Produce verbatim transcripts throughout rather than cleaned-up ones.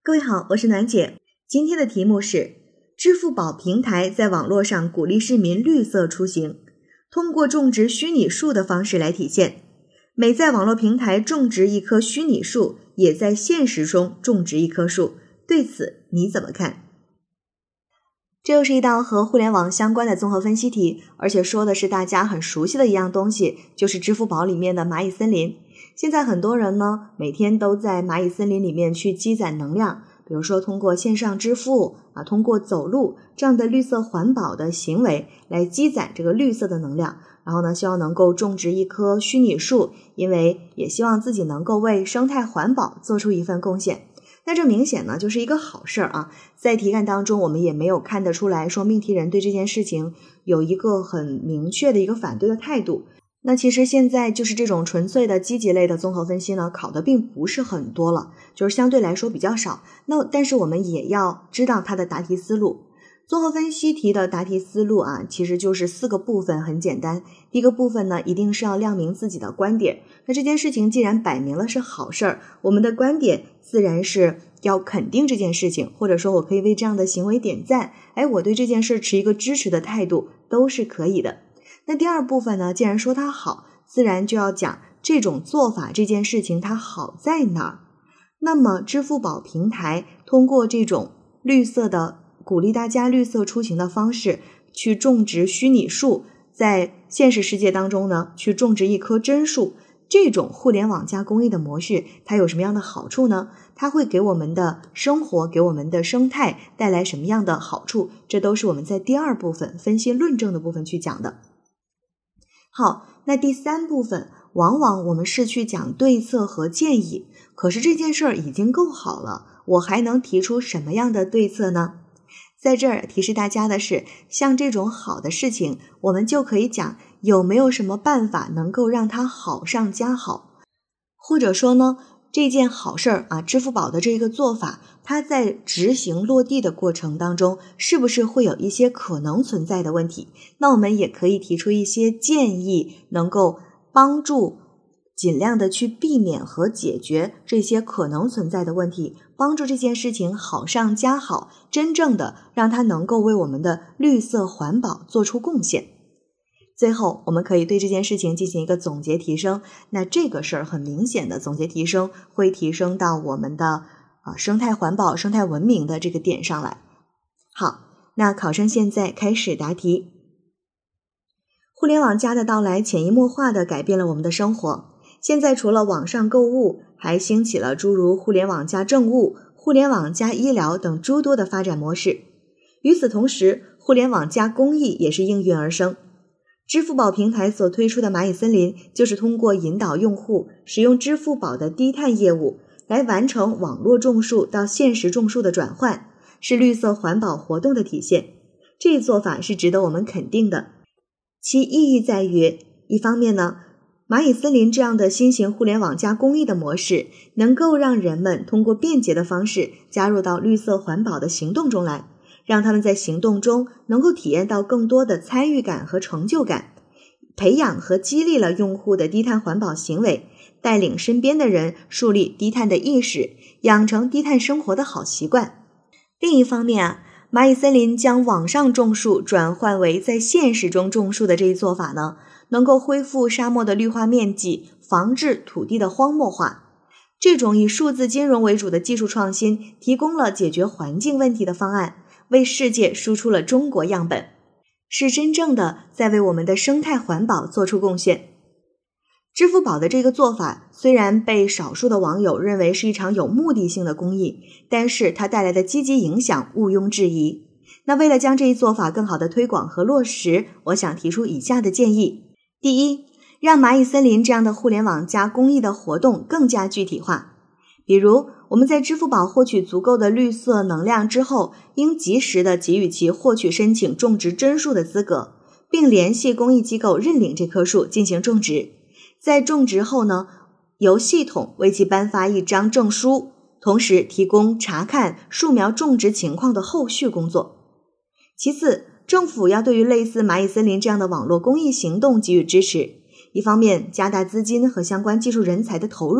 各位好，我是暖姐。今天的题目是支付宝平台在网络上鼓励市民绿色出行，通过种植虚拟树的方式来体现。每在网络平台种植一棵虚拟树，也在现实中种植一棵树，对此你怎么看？这又是一道和互联网相关的综合分析题，而且说的是大家很熟悉的一样东西，就是支付宝里面的蚂蚁森林。现在很多人呢，每天都在蚂蚁森林里面去积攒能量，比如说通过线上支付啊，通过走路这样的绿色环保的行为来积攒这个绿色的能量，然后呢，希望能够种植一棵虚拟树，因为也希望自己能够为生态环保做出一份贡献。那这明显呢就是一个好事儿啊，在题干当中我们也没有看得出来说命题人对这件事情有一个很明确的一个反对的态度。那其实现在就是这种纯粹的积极类的综合分析呢，考的并不是很多了，就是相对来说比较少。那但是我们也要知道它的答题思路。综合分析题的答题思路啊，其实就是四个部分，很简单。第一个部分呢，一定是要亮明自己的观点。那这件事情既然摆明了是好事儿，我们的观点自然是要肯定这件事情，或者说我可以为这样的行为点赞，哎，我对这件事持一个支持的态度，都是可以的。那第二部分呢，既然说它好，自然就要讲这种做法这件事情它好在哪儿。那么支付宝平台通过这种绿色的鼓励大家绿色出行的方式去种植虚拟树，在现实世界当中呢去种植一棵真树，这种互联网加公益的模式它有什么样的好处呢？它会给我们的生活给我们的生态带来什么样的好处？这都是我们在第二部分分析论证的部分去讲的。好，那第三部分往往我们是去讲对策和建议，可是这件事儿已经够好了，我还能提出什么样的对策呢？在这儿提示大家的是，像这种好的事情，我们就可以讲有没有什么办法能够让它好上加好，或者说呢，这件好事儿啊，支付宝的这个做法，它在执行落地的过程当中，是不是会有一些可能存在的问题？那我们也可以提出一些建议，能够帮助尽量的去避免和解决这些可能存在的问题，帮助这件事情好上加好，真正的让它能够为我们的绿色环保做出贡献。最后我们可以对这件事情进行一个总结提升，那这个事儿很明显的总结提升会提升到我们的呃生态环保生态文明的这个点上来。好，那考生现在开始答题。互联网加的到来潜移默化地改变了我们的生活，现在除了网上购物，还兴起了诸如互联网加政务、互联网加医疗等诸多的发展模式。与此同时，互联网加公益也是应运而生。支付宝平台所推出的蚂蚁森林，就是通过引导用户使用支付宝的低碳业务，来完成网络种树到现实种树的转换，是绿色环保活动的体现。这一做法是值得我们肯定的。其意义在于，一方面呢，蚂蚁森林这样的新型互联网加公益的模式，能够让人们通过便捷的方式加入到绿色环保的行动中来，让他们在行动中能够体验到更多的参与感和成就感，培养和激励了用户的低碳环保行为，带领身边的人树立低碳的意识，养成低碳生活的好习惯。另一方面啊，蚂蚁森林将网上种树转换为在现实中种树的这一做法呢，能够恢复沙漠的绿化面积，防治土地的荒漠化。这种以数字金融为主的技术创新，提供了解决环境问题的方案，为世界输出了中国样本，是真正的在为我们的生态环保做出贡献。支付宝的这个做法虽然被少数的网友认为是一场有目的性的公益，但是它带来的积极影响毋庸置疑。那为了将这一做法更好的推广和落实，我想提出以下的建议。第一，让蚂蚁森林这样的互联网加公益的活动更加具体化。比如我们在支付宝获取足够的绿色能量之后，应及时的给予其获取申请种植真树的资格，并联系公益机构认领这棵树进行种植。在种植后呢，由系统为其颁发一张证书，同时提供查看树苗种植情况的后续工作。其次，政府要对于类似蚂蚁森林这样的网络公益行动给予支持，一方面加大资金和相关技术人才的投入，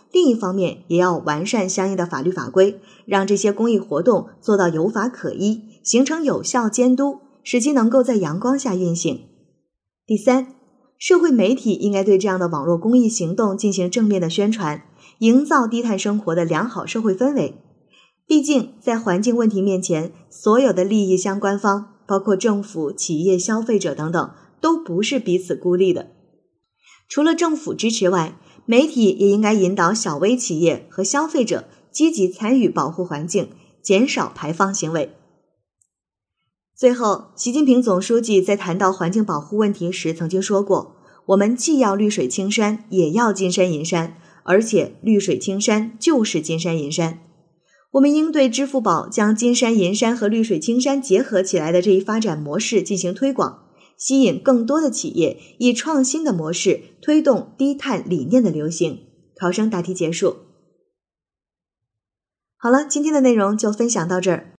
另一方面也要完善相应的法律法规，让这些公益活动做到有法可依，形成有效监督，使其能够在阳光下运行。第三，社会媒体应该对这样的网络公益行动进行正面的宣传，营造低碳生活的良好社会氛围。毕竟在环境问题面前，所有的利益相关方，包括政府、企业、消费者等等，都不是彼此孤立的。除了政府支持外，媒体也应该引导小微企业和消费者积极参与保护环境，减少排放行为。最后，习近平总书记在谈到环境保护问题时曾经说过，我们既要绿水青山，也要金山银山，而且绿水青山就是金山银山。我们应对支付宝将金山银山和绿水青山结合起来的这一发展模式进行推广，吸引更多的企业以创新的模式推动低碳理念的流行。考生答题结束。好了，今天的内容就分享到这儿。